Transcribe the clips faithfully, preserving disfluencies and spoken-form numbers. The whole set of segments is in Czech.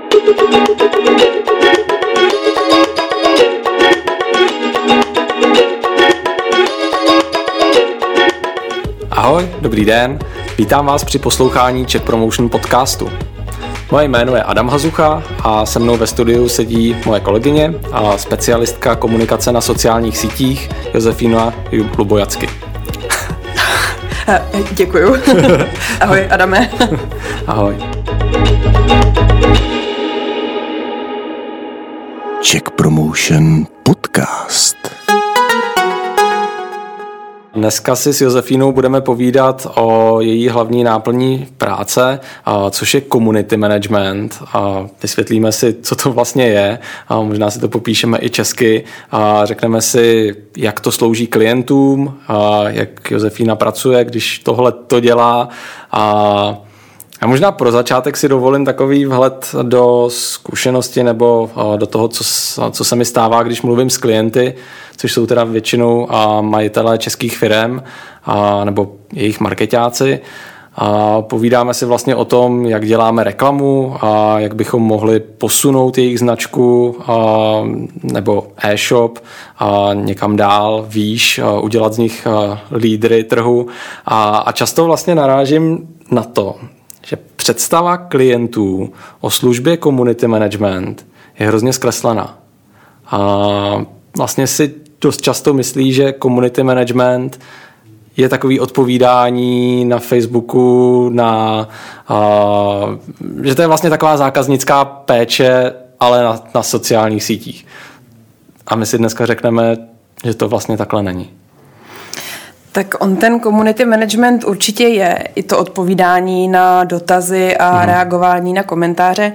Ahoj, dobrý den, vítám vás při poslouchání Czech Promotion podcastu. Moje jméno je Adam Hazucha a se mnou ve studiu sedí moje kolegyně a specialistka komunikace na sociálních sítích Josefína Lubojacky. Děkuju. Ahoj, Adame. Ahoj. Czech Promotion podcast. Dneska si s Josefínou budeme povídat o její hlavní náplní práce, což je community management. Vysvětlíme si, co to vlastně je. Možná si to popíšeme i česky. Řekneme si, jak to slouží klientům, jak Josefína pracuje, když tohle to dělá. A možná pro začátek si dovolím takový vhled do zkušenosti nebo do toho, co, co se mi stává, když mluvím s klienty, což jsou teda většinou majitelé českých firem a, nebo jejich marketáci. A povídáme si vlastně o tom, jak děláme reklamu a jak bychom mohli posunout jejich značku a, nebo e-shop a někam dál, výš, a udělat z nich lídry trhu. A, a často vlastně narážím na to, že představa klientů o službě community management je hrozně zkreslená. A vlastně si dost často myslí, že community management je takový odpovídání na Facebooku, na, a, že to je vlastně taková zákaznická péče, ale na, na sociálních sítích. A my si dneska řekneme, že to vlastně takhle není. Tak on ten community management určitě je, i to odpovídání na dotazy a hmm. reagování na komentáře,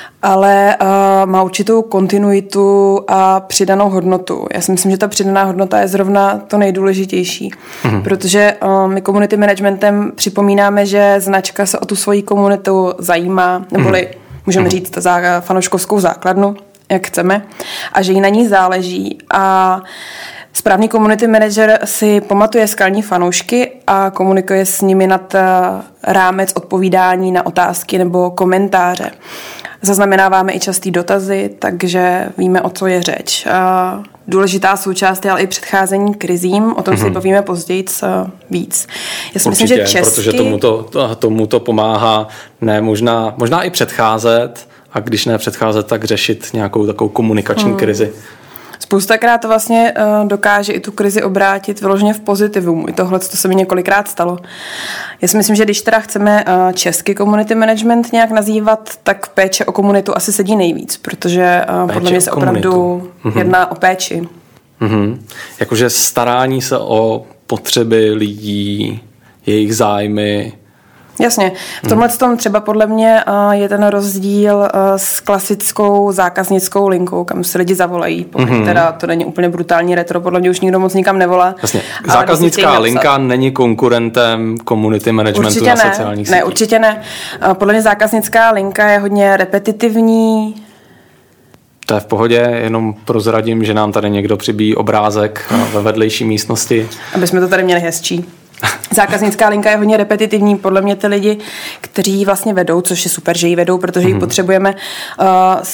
ale uh, má určitou kontinuitu a přidanou hodnotu. Já si myslím, že ta přidaná hodnota je zrovna to nejdůležitější, hmm. protože uh, my community managementem připomínáme, že značka se o tu svoji komunitu zajímá, neboli hmm. můžeme hmm. říct za fanouškovskou základnu, jak chceme, a že jí na ní záleží. A správný community manager si pamatuje skalní fanoušky a komunikuje s nimi nad rámec odpovídání na otázky nebo komentáře. Zaznamenáváme i častý dotazy, takže víme, o co je řeč. Důležitá součást je ale i předcházení krizím, o tom mm-hmm. si povíme později víc. Já si Určitě, myslím, že česky... protože tomu to, tomu to pomáhá ne, možná, možná i předcházet, a když ne předcházet, tak řešit nějakou takovou komunikační mm. krizi. Spoustakrát to vlastně uh, dokáže i tu krizi obrátit vyloženě v pozitivum. I tohle to se mi několikrát stalo. Já si myslím, že když teda chceme uh, český community management nějak nazývat, tak péče o komunitu asi sedí nejvíc, protože uh, podle mě se opravdu mm-hmm. jedná o péči. Mm-hmm. Jakože starání se o potřeby lidí, jejich zájmy. Jasně. V tomhle tom třeba podle mě je ten rozdíl s klasickou zákaznickou linkou, kam se lidi zavolají. Pokud mm-hmm. teda to není úplně brutální retro, podle mě už nikdo moc nikam nevolá. Jasně. Zákaznická linka není konkurentem community managementu určitě na ne. sociálních sítích. Ne, určitě ne. Podle mě zákaznická linka je hodně repetitivní. To je v pohodě, jenom prozradím, že nám tady někdo přibíjí obrázek ve vedlejší místnosti. Aby jsme to tady měli hezčí. Zákaznická linka je hodně repetitivní, podle mě ty lidi, kteří vlastně vedou, což je super, že ji vedou, protože ji mm. potřebujeme, uh,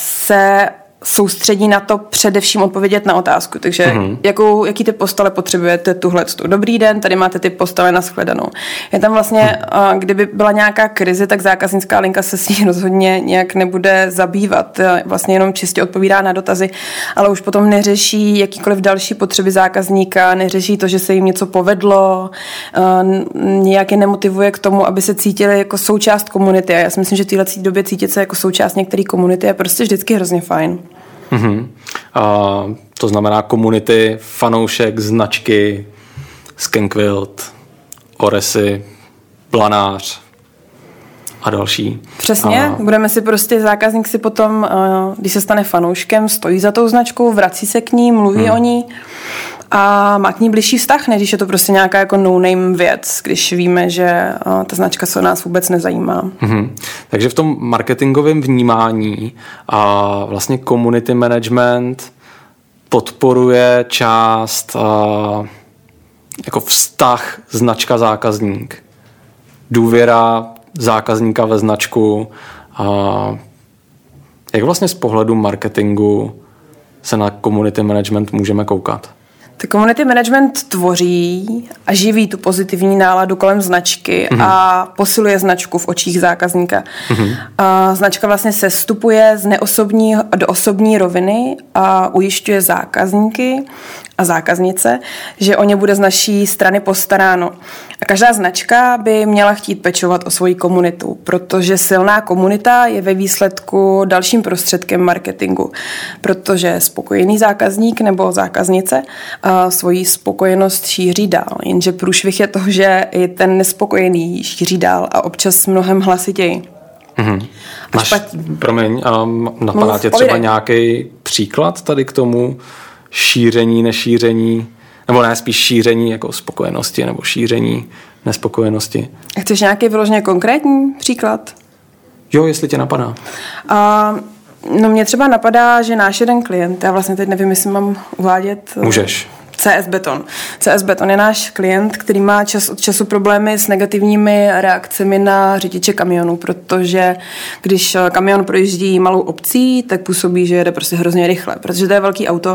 se soustředí na to především odpovědět na otázku. Takže mm. jakou, jaký typ postele potřebujete tuhletu? Dobrý den, tady máte typ postele na shledanou. Je tam vlastně, mm. uh, kdyby byla nějaká krize, tak zákaznická linka se s ní rozhodně nějak nebude zabývat. Vlastně jenom čistě odpovídá na dotazy, ale už potom neřeší jakýkoliv další potřeby zákazníka, neřeší to, že se jim něco povedlo, uh, nějak je nemotivuje k tomu, aby se cítili jako součást komunity. A já si myslím, že v téhle době cítit se jako součást některé komunity je prostě vždycky hrozně fajn. Mm-hmm. A to znamená komunity, fanoušek, značky, Skenquilt, Oresy, Blanář a další. Přesně, a... budeme si prostě, zákazník si potom, když se stane fanouškem, stojí za tou značkou, vrací se k ní, mluví hmm. o ní a má k ní blížší vztah, než když je to prostě nějaká jako no-name věc, když víme, že ta značka se o nás vůbec nezajímá. Hmm. Takže v tom marketingovém vnímání a vlastně community management podporuje část a, jako vztah značka-zákazník. Důvěra zákazníka ve značku a Jak vlastně z pohledu marketingu se na community management můžeme koukat? Tak community management tvoří a živí tu pozitivní náladu kolem značky mm-hmm. a posiluje značku v očích zákazníka. Mm-hmm. A značka vlastně sestupuje z neosobní do osobní roviny a ujišťuje zákazníky a zákaznice, že o ně bude z naší strany postaráno. A každá značka by měla chtít pečovat o svoji komunitu, protože silná komunita je ve výsledku dalším prostředkem marketingu, protože spokojený zákazník nebo zákaznice svoji spokojenost šíří dál. Jenže průšvih je to, že i ten nespokojený šíří dál a občas mnohem hlasitěji. Mm-hmm. Máš, špat... promiň, um, napadá tě třeba nějaký příklad tady k tomu šíření, nešíření, nebo ne, spíš šíření jako spokojenosti nebo šíření nespokojenosti? Chceš nějaký vyloženě konkrétní příklad? Jo, jestli tě napadá. A no mě třeba napadá, že náš jeden klient, já vlastně teď nevím, jestli mám uvádět. Můžeš. C S Beton. C S Beton je náš klient, který má čas od času problémy s negativními reakcemi na řidiče kamionů, protože když kamion projíždí malou obcí, tak působí, že jede prostě hrozně rychle, protože to je velký auto.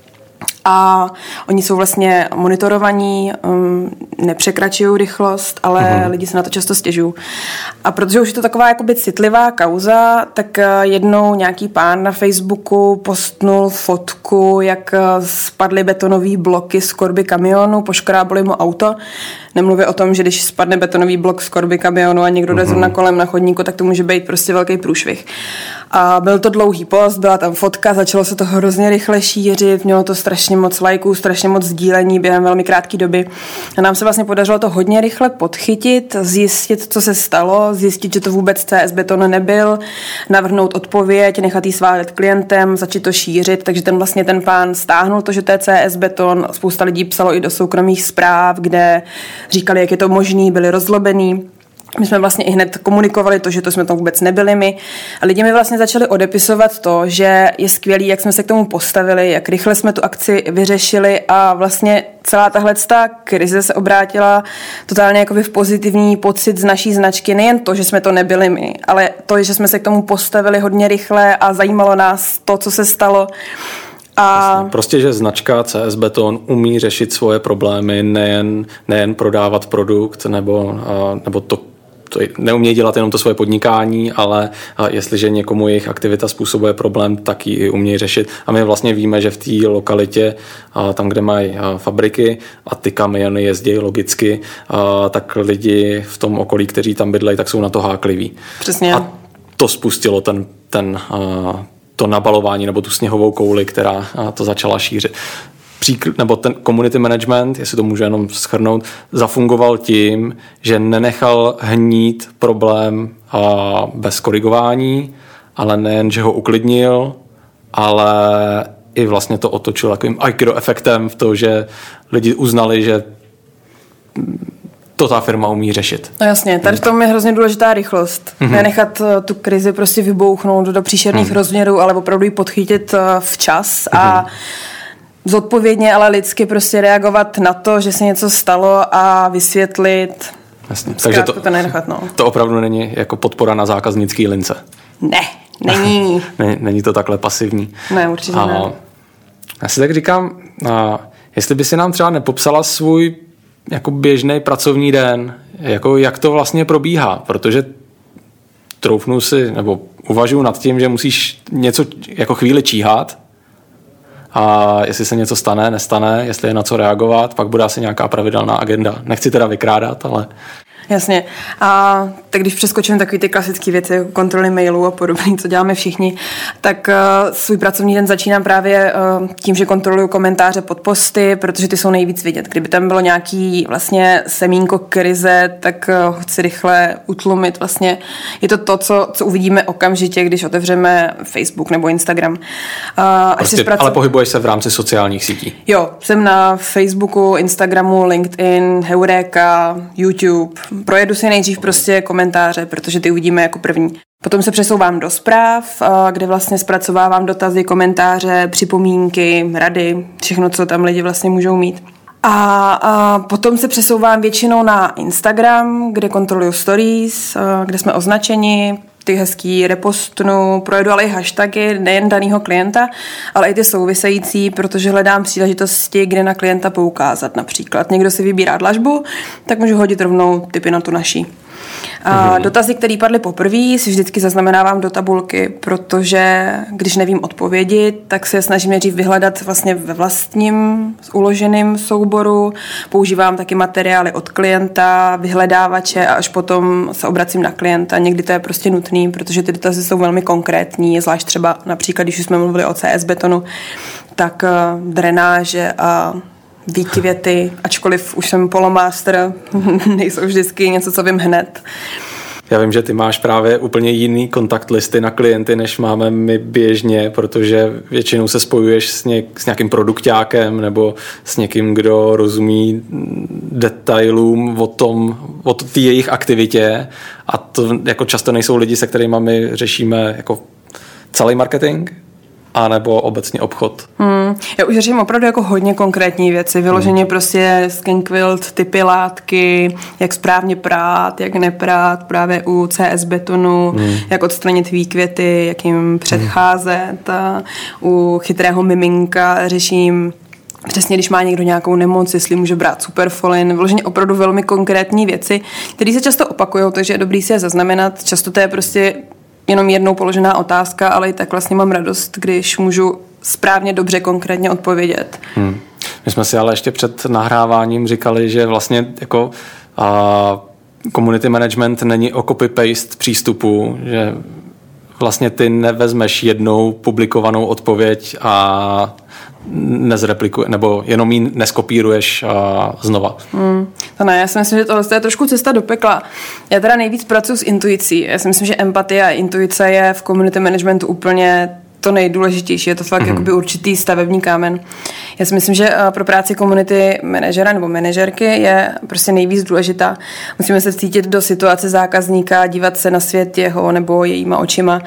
A oni jsou vlastně monitorovaní, um, nepřekračují rychlost, ale mm-hmm. lidi se na to často stěžují. A protože už je to taková jakoby citlivá kauza, tak jednou nějaký pán na Facebooku postnul fotku, jak spadly betonové bloky z korby kamionu, poškrábali mu auto. Nemluvě o tom, že když spadne betonový blok z korby kamionu a někdo jde mm-hmm. zrovna kolem na chodníku, tak to může být prostě velký průšvih. A byl to dlouhý post, byla tam fotka, začalo se to hrozně rychle šířit, mělo to strašně moc lajků, strašně moc sdílení během velmi krátké doby. A nám se vlastně podařilo to hodně rychle podchytit, zjistit, co se stalo, zjistit, že to vůbec C S Beton nebyl, navrhnout odpověď, nechat jí svádět klientem, začít to šířit, takže ten vlastně ten pán stáhnul to, že to je C S Beton, spousta lidí psalo i do soukromých zpráv, kde říkali, jak je to možný, byli rozlobení. My jsme vlastně i hned komunikovali to, že to jsme tam vůbec nebyli my. A lidi mi vlastně začali odepisovat to, že je skvělý, jak jsme se k tomu postavili, jak rychle jsme tu akci vyřešili a vlastně celá tahle krize se obrátila totálně jakoby v pozitivní pocit z naší značky. Nejen to, že jsme to nebyli my, ale to, že jsme se k tomu postavili hodně rychle a zajímalo nás to, co se stalo. A... Prostě, že značka C S Beton umí řešit svoje problémy, nejen, nejen prodávat produkt, nebo, nebo to, to neumějí dělat jenom to svoje podnikání, ale jestliže někomu jejich aktivita způsobuje problém, tak ji umějí řešit. A my vlastně víme, že v té lokalitě, tam, kde mají fabriky a ty kamiony jezdí logicky, tak lidi v tom okolí, kteří tam bydlejí, tak jsou na to hákliví. Přesně. A to spustilo ten, ten to nabalování nebo tu sněhovou kouli, která to začala šířit. Příkl, nebo ten community management, jestli to můžu jenom shrnout, zafungoval tím, že nenechal hnít problém a bez korigování, ale nejen, že ho uklidnil, ale i vlastně to otočil takovým aikido efektem v to, že lidi uznali, že to ta firma umí řešit. No jasně, tady v tom je hrozně důležitá rychlost. Mm-hmm. Nenechat tu krizi prostě vybouchnout do příšerných mm-hmm. rozměrů, ale opravdu ji podchytit včas mm-hmm. a zodpovědně, ale lidsky prostě reagovat na to, že se něco stalo a vysvětlit. Jasně. Takže to, to nenechat, no. To opravdu není jako podpora na zákaznický lince. Ne, není. není, není to takhle pasivní. Ne, určitě a, ne. Já si tak říkám, a jestli by si nám třeba nepopsala svůj jako běžný pracovní den, jako jak to vlastně probíhá, protože troufnu si, nebo uvažuji nad tím, že musíš něco jako chvíli číhat a jestli se něco stane, nestane, jestli je na co reagovat, pak bude asi nějaká pravidelná agenda. Nechci teda vykrádat, ale... Jasně. A tak když přeskočím takový ty klasické věci, jako kontroly mailů a podobně, co děláme všichni, tak uh, svůj pracovní den začínám právě uh, tím, že kontroluju komentáře pod posty, protože ty jsou nejvíc vidět. Kdyby tam bylo nějaký vlastně semínko krize, tak uh, chci rychle utlumit. Vlastně je to to, co, co uvidíme okamžitě, když otevřeme Facebook nebo Instagram. Uh, prostě, zpracu... Ale pohybuješ se v rámci sociálních sítí? Jo, jsem na Facebooku, Instagramu, LinkedIn, Heureka, YouTube. Projedu si nejdřív prostě komentáře, protože ty uvidíme jako první. Potom se přesouvám do zpráv, kde vlastně zpracovávám dotazy, komentáře, připomínky, rady, všechno, co tam lidi vlastně můžou mít. A, a potom se přesouvám většinou na Instagram, kde kontroluju stories, kde jsme označeni, ty hezký repostnu, projedu ale i hashtagy nejen daného klienta, ale i ty související, protože hledám příležitosti, kde na klienta poukázat. Například někdo si vybírá dlažbu, tak můžu hodit rovnou tipy na tu naší. A mm. dotazy, které padly poprvé, si vždycky zaznamenávám do tabulky, protože když nevím odpovědi, tak se snažím nejdřív vyhledat vlastně ve vlastním uloženém souboru. Používám taky materiály od klienta, vyhledávače a až potom se obracím na klienta. Někdy to je prostě nutný, protože ty dotazy jsou velmi konkrétní, zvlášť třeba například, když už jsme mluvili o C S betonu, tak uh, drenáže a výkvěty, ačkoliv už jsem polomaster, nejsou vždycky něco, co vím hned. Já vím, že ty máš právě úplně jiný kontakt listy na klienty, než máme my běžně, protože většinou se spojuješ s, něk, s nějakým produkťákem nebo s někým, kdo rozumí detailům o tom, o té jejich aktivitě, a to jako často nejsou lidi, se kterými my řešíme jako celý marketing, a nebo obecně obchod. Hmm. Já už řeším opravdu jako hodně konkrétní věci. Vyloženě hmm. prostě skin quilt, typy látky, jak správně prát, jak neprát, právě u C S betonu, hmm. jak odstranit výkvěty, jak jim předcházet. A u chytrého miminka řeším přesně, když má někdo nějakou nemoc, jestli může brát superfolin. Vyloženě opravdu velmi konkrétní věci, které se často opakují, takže je dobrý si je zaznamenat. Často to je prostě jenom jednou položená otázka, ale i tak vlastně mám radost, když můžu správně, dobře, konkrétně odpovědět. Hmm. My jsme si ale ještě před nahráváním říkali, že vlastně jako a, community management není o copy-paste přístupu, že vlastně ty nevezmeš jednou publikovanou odpověď a nezreplikuješ, nebo jenom ji neskopíruješ a znova. Hmm. To ne, já si myslím, že tohle je trošku cesta do pekla. Já teda nejvíc pracuji s intuicí. Já si myslím, že empatie a intuice je v community managementu úplně to nejdůležitější. Je to fakt mm-hmm. jakoby určitý stavební kámen. Já si myslím, že pro práci community manažera nebo manažerky je prostě nejvíc důležitá. Musíme se vcítit do situace zákazníka, dívat se na svět jeho nebo jejíma očima.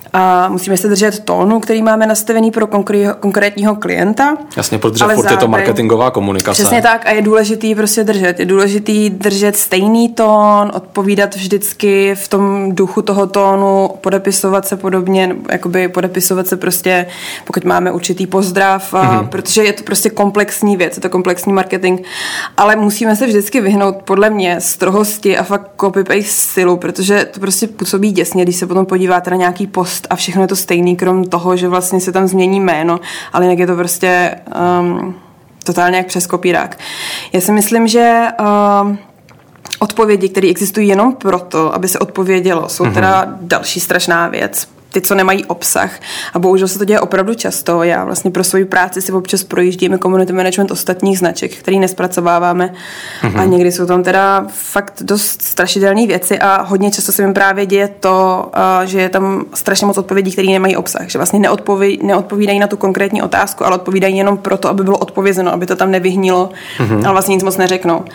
A musíme se držet tónu, který máme nastavený pro konkrétního klienta. Jasně, protože furt je to marketingová komunikace. Přesně tak, a je důležitý prostě držet. Je důležitý držet stejný tón, odpovídat vždycky v tom duchu toho tónu, podepisovat se podobně, jakoby podepisovat se prostě, pokud máme určitý pozdrav, a mm-hmm. protože je to prostě komplexní věc, je to komplexní marketing, ale musíme se vždycky vyhnout podle mě strohosti a fakt copy-paste stylu, protože to prostě působí děsně, když se potom podíváte na nějaký post a všechno je to stejný, krom toho, že vlastně se tam změní jméno, ale jinak je to prostě um, totálně jak přes kopírák. Já si myslím, že um, odpovědi, které existují jenom proto, aby se odpovědělo, jsou mm-hmm. teda další strašná věc. Ty, co nemají obsah. A bohužel se to děje opravdu často. Já vlastně pro svoji práci si občas projíždíme community management ostatních značek, který nespracováváme. Mm-hmm. A někdy jsou tam teda fakt dost strašidelné věci a hodně často se mi právě děje to, že je tam strašně moc odpovědí, které nemají obsah. Že vlastně neodpoví, neodpovídají na tu konkrétní otázku, ale odpovídají jenom proto, aby bylo odpovězeno, aby to tam nevyhnilo, mm-hmm. ale vlastně nic moc neřeknou.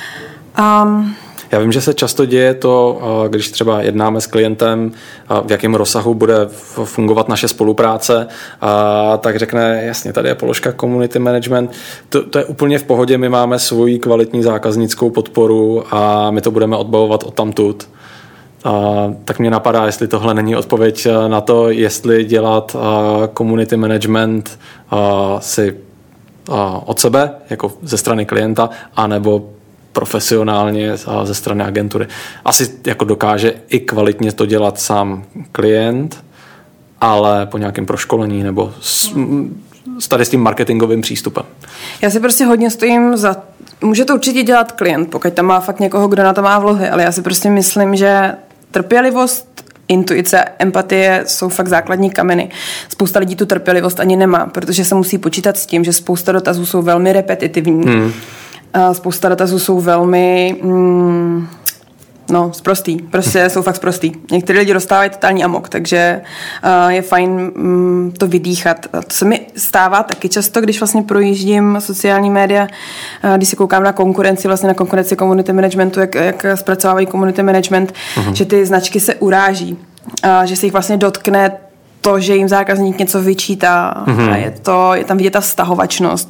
Um, Já vím, že se často děje to, když třeba jednáme s klientem, v jakém rozsahu bude fungovat naše spolupráce, tak řekne, jasně, tady je položka community management, to, to je úplně v pohodě, my máme svoji kvalitní zákaznickou podporu a my to budeme odbavovat odtamtud. A tak mě napadá, jestli tohle není odpověď na to, jestli dělat community management si od sebe, jako ze strany klienta, anebo profesionálně ze strany agentury. Asi jako dokáže i kvalitně to dělat sám klient, ale po nějakém proškolení nebo s, s tady s tím marketingovým přístupem. Já si prostě hodně stojím za... Může to určitě dělat klient, pokud tam má fakt někoho, kdo na to má vlohy, ale já si prostě myslím, že trpělivost, intuice, empatie jsou fakt základní kameny. Spousta lidí tu trpělivost ani nemá, protože se musí počítat s tím, že spousta dotazů jsou velmi repetitivní. Hmm. A spousta dotazů jsou velmi mm, no, sprostý. Prostě jsou fakt sprostý. Některý lidi dostávají totální amok, takže uh, je fajn mm, to vydýchat. A to se mi stává taky často, když vlastně projíždím sociální média, uh, když se koukám na konkurenci, vlastně na konkurenci community managementu, jak, jak zpracovávají community management, uh-huh. že ty značky se uráží. A že se jich vlastně dotkne to, že jim zákazník něco vyčítá. Uh-huh. A je, to, je tam vidět ta vztahovačnost a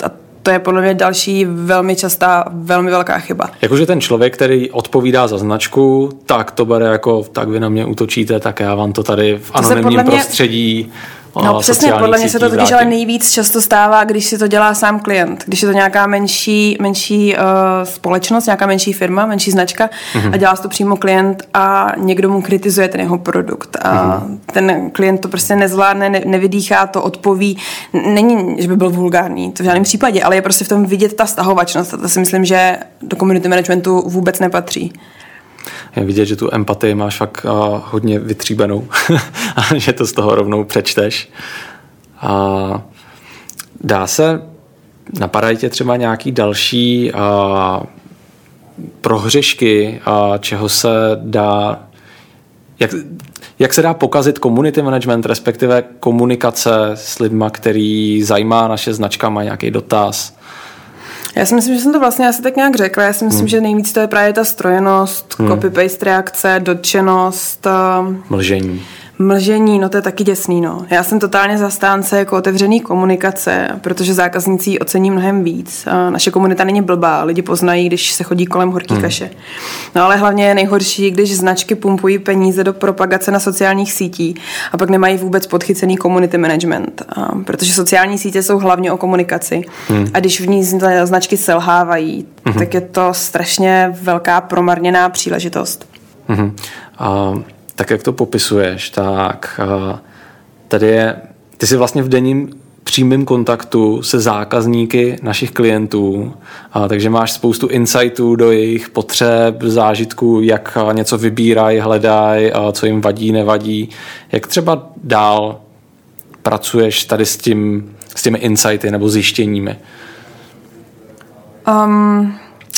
to je podle mě další velmi častá, velmi velká chyba. Jakože ten člověk, který odpovídá za značku, tak to bere jako, tak vy na mě útočíte, tak já vám to tady v anonymním prostředí. No přesně, podle mě se to totiž ale nejvíc často stává, když si to dělá sám klient. Když je to nějaká menší, menší uh, společnost, nějaká menší firma, menší značka mm-hmm. a dělá to přímo klient a někdo mu kritizuje ten jeho produkt. A mm-hmm. ten klient to prostě nezvládne, ne, nevydýchá to, odpoví. Není, že by byl vulgární, to v žádném případě, ale je prostě v tom vidět ta stahovačnost. A to si myslím, že do community managementu vůbec nepatří. Je vidět, že tu empatii máš fakt uh, hodně vytříbenou a že to z toho rovnou přečteš. Uh, dá se, napadají tě třeba nějaký další uh, prohřešky, uh, čeho se dá, jak, jak se dá pokazit community management, respektive komunikace s lidma, který zajímá naše značka, má nějaký dotaz? Já si myslím, že jsem to vlastně asi tak nějak řekla. Já si myslím, hmm. že nejvíc to je právě ta strojenost, hmm. copy-paste reakce, dotčenost. Mlžení. Mlžení, no to je taky děsný, no. Já jsem totálně zastánce jako otevřený komunikace, protože zákazníci ji ocení mnohem víc. A naše komunita není blbá, lidi poznají, když se chodí kolem horký hmm. kaše. No ale hlavně je nejhorší, když značky pumpují peníze do propagace na sociálních sítích a pak nemají vůbec podchycený community management. A protože sociální sítě jsou hlavně o komunikaci. Hmm. A když v ní značky selhávají, hmm. tak je to strašně velká promarněná příležitost. Hmm. Uh... Tak jak to popisuješ, tak tady je, ty jsi vlastně v denním přímém kontaktu se zákazníky našich klientů, a takže máš spoustu insightů do jejich potřeb, zážitků, jak něco vybírají, hledají, co jim vadí, nevadí. Jak třeba dál pracuješ tady s tím, s těmi insighty nebo zjištěními? Um...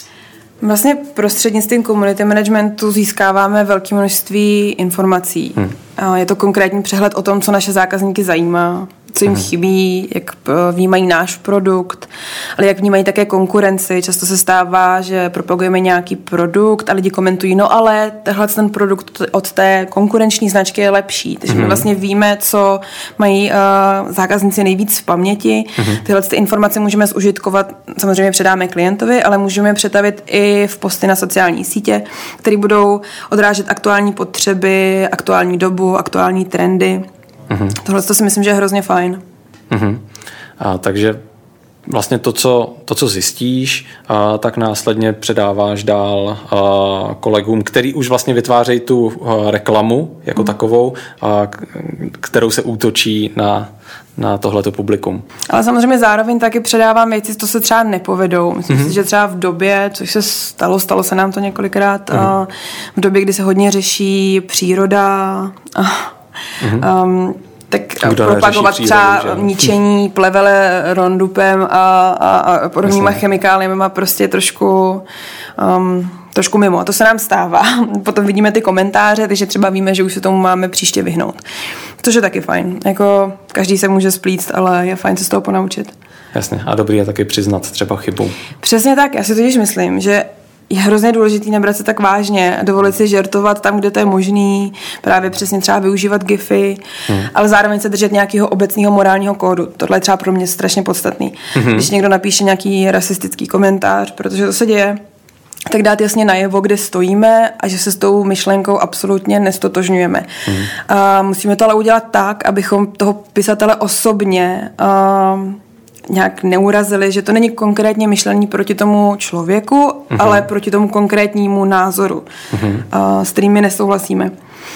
Vlastně prostřednictvím community managementu získáváme velké množství informací. Hmm. Je to konkrétní přehled o tom, co naše zákazníky zajímá, co jim hmm. chybí, jak vnímají náš produkt, ale jak vnímají také konkurenci. Často se stává, že propagujeme nějaký produkt a lidi komentují, no ale tenhle ten produkt od té konkurenční značky je lepší. Takže hmm. my vlastně víme, co mají uh, zákazníci nejvíc v paměti. Hmm. Tyhle ty informace můžeme zužitkovat, samozřejmě předáme klientovi, ale můžeme je přetavit i v posty na sociální sítě, které budou odrážet aktuální potřeby, aktuální dobu, aktuální trendy. Mm-hmm. Tohle to si myslím, že je hrozně fajn. Mm-hmm. A takže vlastně to, co, to, co zjistíš, a, tak následně předáváš dál a, kolegům, který už vlastně vytvářejí tu a, reklamu jako mm. takovou, a, kterou se útočí na, na tohleto publikum. Ale samozřejmě zároveň taky předávám věci, co se třeba nepovedou. Myslím mm-hmm. si, že třeba v době, což se stalo, stalo se nám to několikrát, mm-hmm. a v době, kdy se hodně řeší příroda a Mm-hmm. Um, tak Kdo propagovat třeba přírodu, ničení plevele rondupem a, a, a podobnýma chemikáliemi a prostě trošku um, trošku mimo. A to se nám stává. Potom vidíme ty komentáře, takže třeba víme, že už se tomu máme příště vyhnout. Což je taky fajn. Jako každý se může splíct, ale je fajn se z toho ponaučit. Jasně. A dobrý je taky přiznat třeba chybu. Přesně tak. Já si totiž myslím, že je hrozně důležitý nebrat se tak vážně, dovolit si žertovat tam, kde to je možný, právě přesně třeba využívat gify, hmm. ale zároveň se držet nějakého obecného morálního kódu. Tohle je třeba pro mě strašně podstatný. Hmm. Když někdo napíše nějaký rasistický komentář, protože to se děje, tak dát jasně najevo, kde stojíme a že se s tou myšlenkou absolutně nestotožňujeme. Hmm. A musíme to ale udělat tak, abychom toho pisatele osobně uh, nějak neurazili, že to není konkrétně myšlení proti tomu člověku, mm-hmm. ale proti tomu konkrétnímu názoru, mm-hmm. uh, s kterými nesouhlasíme.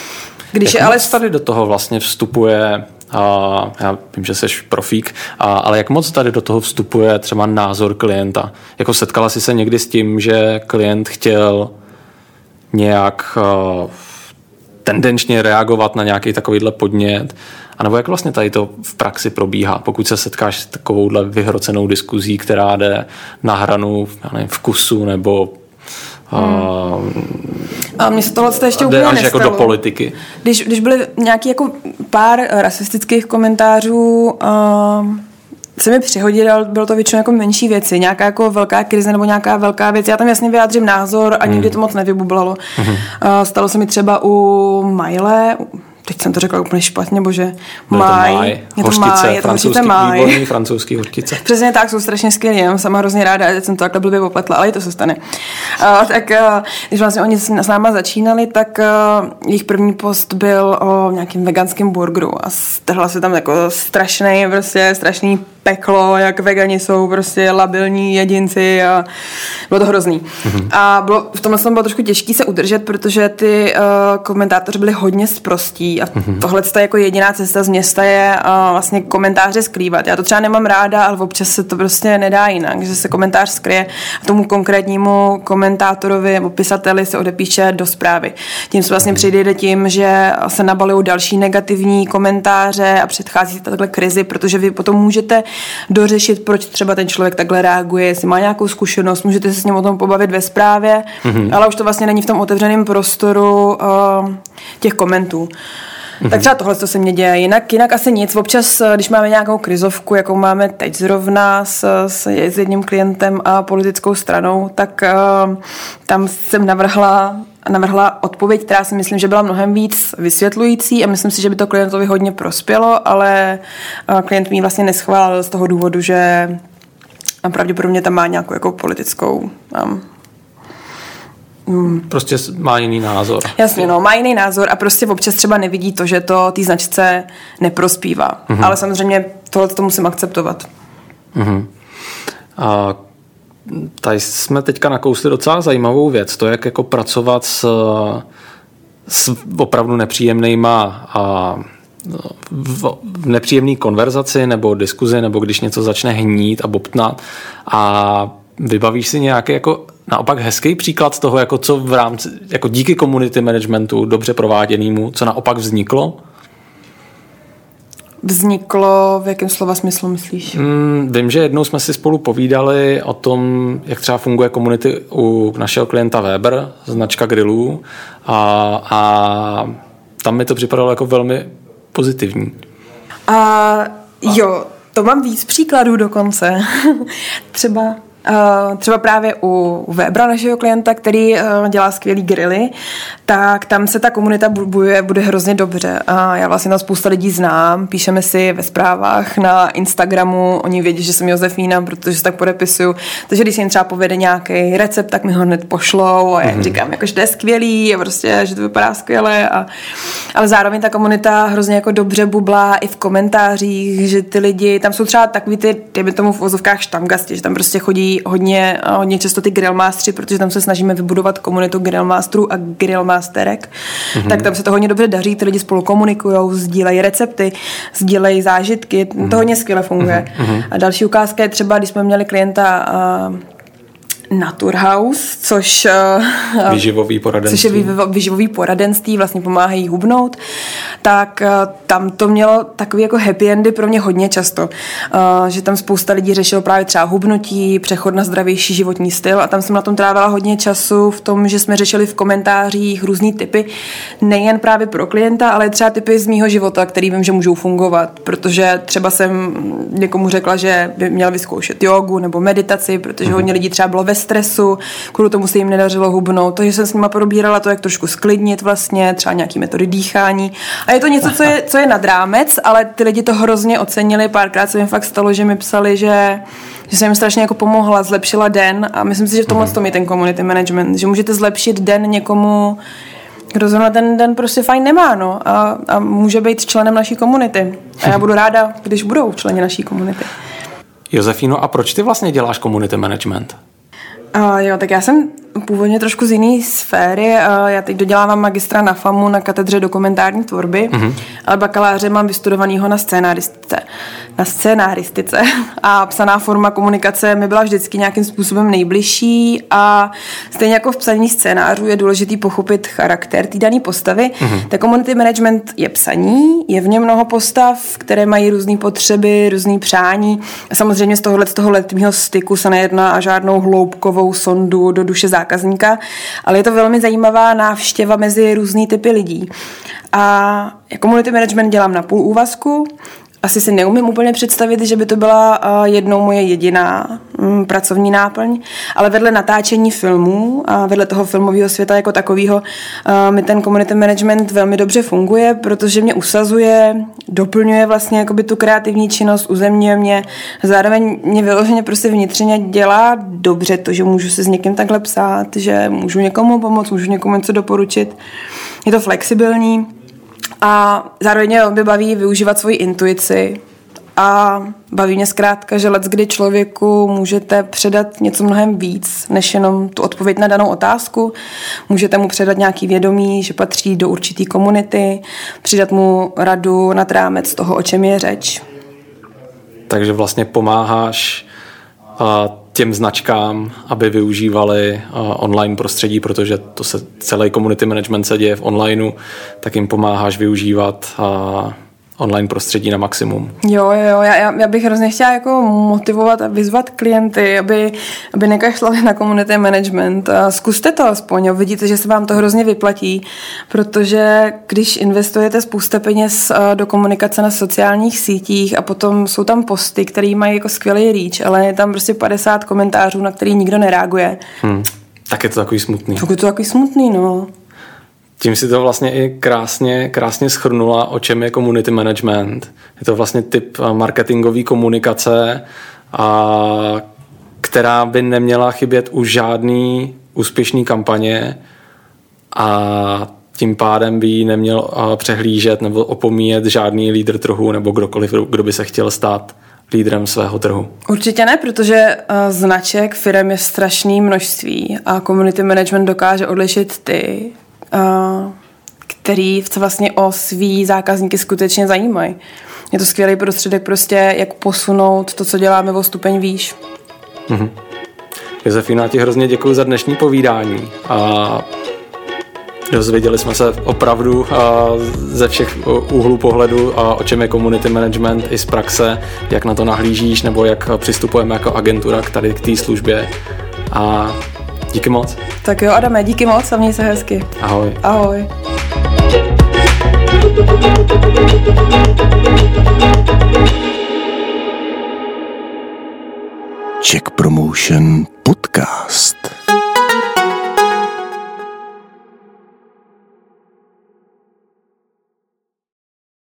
Když Jak je ale tady do toho vlastně vstupuje, uh, já vím, že jsi profík, uh, ale jak moc tady do toho vstupuje třeba názor klienta? Jako setkala jsi se někdy s tím, že klient chtěl nějak uh, tendenčně reagovat na nějaký takovýhle podnět, a nebo jak vlastně tady to v praxi probíhá, pokud se setkáš s takovouhle vyhrocenou diskuzí, která jde na hranu, já nevím, vkusu nebo hmm. a mně se tohle ještě úplně až nestalo. Jako do politiky. Když, když byly nějaký jako pár rasistických komentářů, uh, se mi přihodil, bylo to většinou jako menší věci, nějaká jako velká krize nebo nějaká velká věc. Já tam jasně vyjádřím názor a nikdy to moc nevybublalo. Hmm. Uh, stalo se mi třeba u Maile, teď jsem to řekla úplně špatně, bože. Máj. Máj. Hořtice, je to francouzský, máj. Výborný francouzský hořtice. Přesně tak, jsou strašně skvělí, já jsem hrozně ráda, že jsem to takhle blbě popletla, ale i to se stane. Uh, tak uh, když vlastně oni s náma začínali, tak uh, jejich první post byl o nějakým veganském burgeru a strhla se tam jako strašný, prostě strašný peklo, jak vegani jsou prostě labilní jedinci a bylo to hrozný. Mm-hmm. A bylo, v tomhle bylo trošku těžký se udržet, protože ty uh, komentátoři byli hodně sprostí a mm-hmm. tohle je jako jediná cesta z města je uh, vlastně komentáře skrývat. Já to třeba nemám ráda, ale občas se to prostě nedá jinak, že se komentář skryje a tomu konkrétnímu komentátorovi nebo pisateli se odepíše do zprávy. Tím se vlastně přijde tím, že se nabalují další negativní komentáře a předchází se takhle krizi, protože vy potom můžete dořešit, proč třeba ten člověk takhle reaguje, jestli má nějakou zkušenost, můžete se s ním o tom pobavit ve zprávě, mm-hmm. ale už to vlastně není v tom otevřeném prostoru uh, těch komentů. Mm-hmm. Tak třeba tohle se mě děje. Jinak, jinak asi nic. Občas, když máme nějakou krizovku, jakou máme teď zrovna s, s, s jedním klientem a politickou stranou, tak uh, tam jsem navrhla navrhla odpověď, která si myslím, že byla mnohem víc vysvětlující a myslím si, že by to klientovi hodně prospělo, ale klient mi vlastně neschválil z toho důvodu, že pravděpodobně tam má nějakou jako politickou um, prostě má jiný názor. Jasně, no, má jiný názor a prostě občas třeba nevidí to, že to té značce neprospívá. Mm-hmm. Ale samozřejmě tohle to musím akceptovat. Mm-hmm. A tady jsme teďka nakousli docela zajímavou věc, to jak jako pracovat s, s opravdu nepříjemnýma a v, v nepříjemný konverzaci nebo diskuzi, nebo když něco začne hnít a bobtnat a vybavíš si nějaký jako naopak hezký příklad toho, jako co v rámci, jako díky community managementu dobře prováděnému, co naopak vzniklo? Vzniklo, v jakém slova smyslu myslíš? Mm, vím, že jednou jsme si spolu povídali o tom, jak třeba funguje komunity u našeho klienta Weber, značka grillů, a, a tam mi to připadalo jako velmi pozitivní. A jo, to mám víc příkladů dokonce. Třeba Uh, třeba právě u Webera, našeho klienta, který uh, dělá skvělý grily, tak tam se ta komunita bude, bude hrozně dobře. A já vlastně tam spousta lidí znám, píšeme si ve zprávách na Instagramu, oni vědí, že jsem Josefína, protože se tak podepisuju. Takže když si jim třeba povede nějaký recept, tak mi ho hned pošlou a já mm-hmm. říkám, jako, že to je skvělý a prostě, že to vypadá skvěle. A, ale zároveň ta komunita hrozně jako dobře bublá i v komentářích, že ty lidi, tam jsou třeba takový ty, dejme tomu v ozovkách štamgasti, že tam prostě chodí hodně, hodně často ty grillmastři, protože tam se snažíme vybudovat komunitu grillmasterů a grillmasterek, mm-hmm. tak tam se to hodně dobře daří, ty lidi spolu komunikujou, sdílejí recepty, sdílejí zážitky, mm-hmm. to hodně skvěle funguje. Mm-hmm. A další ukázka je třeba, když jsme měli klienta uh, Naturhaus, což, uh, výživový poradenství. což je výživový poradenství, vlastně pomáhají hubnout, tak uh, tam to mělo takový jako happy endy pro mě hodně často, uh, že tam spousta lidí řešilo právě třeba hubnutí, přechod na zdravější životní styl a tam jsem na tom trávila hodně času v tom, že jsme řešili v komentářích různý typy, nejen právě pro klienta, ale třeba typy z mýho života, který vím, že můžou fungovat, protože třeba jsem někomu řekla, že by měl vyzkoušet jogu nebo meditaci, protože mm-hmm. hodně lidí třeba bylo ve stresu, kvůli tomu se jim nedařilo hubnout, takže jsem s nima probírala to, jak trošku sklidnit vlastně, třeba nějaký metody dýchání. A je to něco, co je, co je nad rámec, ale ty lidi to hrozně ocenili, párkrát se mi fakt stalo, že mi psali, že, že jsem jim strašně jako pomohla, zlepšila den a myslím si, že v tomhle tom je ten community management, že můžete zlepšit den někomu, kdo zrovna ten den prostě fajn nemá, no, a, a může být členem naší komunity. A já budu ráda, když budou členi naší komunity. Josefíno, a proč ty vlastně děláš community management? Uh, jo, tak já jsem původně trošku z jiné sféry. Uh, já teď dodělávám magistra na FAMu na katedře dokumentární tvorby, mm-hmm. ale bakaláře mám vystudovanýho na scénáristice. Na scénáristice. A psaná forma komunikace mi byla vždycky nějakým způsobem nejbližší a stejně jako v psaní scénářů je důležitý pochopit charakter té dané postavy. Mm-hmm. Tak community management je psaní, je v něm mnoho postav, které mají různé potřeby, různé přání. A samozřejmě z tohohle, z toho letního styku se nejedná o žádnou hloubkovou sondu do duše zákazníka, ale je to velmi zajímavá návštěva mezi různý typy lidí. A community management dělám na půl úvazku asi si neumím úplně představit, že by to byla jednou moje jediná mm, pracovní náplň, ale vedle natáčení filmů a vedle toho filmového světa jako takového mi ten community management velmi dobře funguje, protože mě usazuje, doplňuje vlastně jakoby tu kreativní činnost, uzemňuje mě, zároveň mě vyloženě prostě vnitřně dělá dobře to, že můžu si s někým takhle psát, že můžu někomu pomoct, můžu někomu něco doporučit. Je to flexibilní. A zároveň mě velmi baví využívat svoji intuici a baví mě zkrátka, že leckdy člověku můžete předat něco mnohem víc, než jenom tu odpověď na danou otázku. Můžete mu předat nějaký vědomí, že patří do určitý komunity, přidat mu radu nad rámec toho, o čem je řeč. Takže vlastně pomáháš těm značkám, aby využívali online prostředí, protože to se celý community management se děje v onlineu, tak jim pomáháš využívat online prostředí na maximum. Jo, jo, já, já bych hrozně chtěla jako motivovat a vyzvat klienty, aby, aby nekašlali na community management. Zkuste to aspoň, jo. Vidíte, že se vám to hrozně vyplatí, protože když investujete spousta peněz do komunikace na sociálních sítích a potom jsou tam posty, které mají jako skvělý reach, ale je tam prostě padesát komentářů, na který nikdo nereaguje. Hmm. Tak je to takový smutný. Tak je to takový smutný, no. Tím si to vlastně i krásně, krásně shrnula, o čem je community management. Je to vlastně typ marketingové komunikace, a která by neměla chybět u žádný úspěšný kampaně a tím pádem by ji neměl přehlížet nebo opomíjet žádný lídr trhu nebo kdokoliv, kdo by se chtěl stát lídrem svého trhu. Určitě ne, protože značek firem je strašné množství a community management dokáže odlišit ty, který vlastně o svý zákazníky skutečně zajímají. Je to skvělý prostředek prostě, jak posunout to, co děláme o stupeň výš. Mm-hmm. Josefíno, ti hrozně děkuji za dnešní povídání a dozvěděli jsme se opravdu ze všech úhlů pohledu, o čem je community management i z praxe, jak na to nahlížíš nebo jak přistupujeme jako agentura k tady k té službě a díky moc. Tak jo, Adame, díky moc a měj se hezky. Ahoj. Ahoj. Czech Promotion Podcast.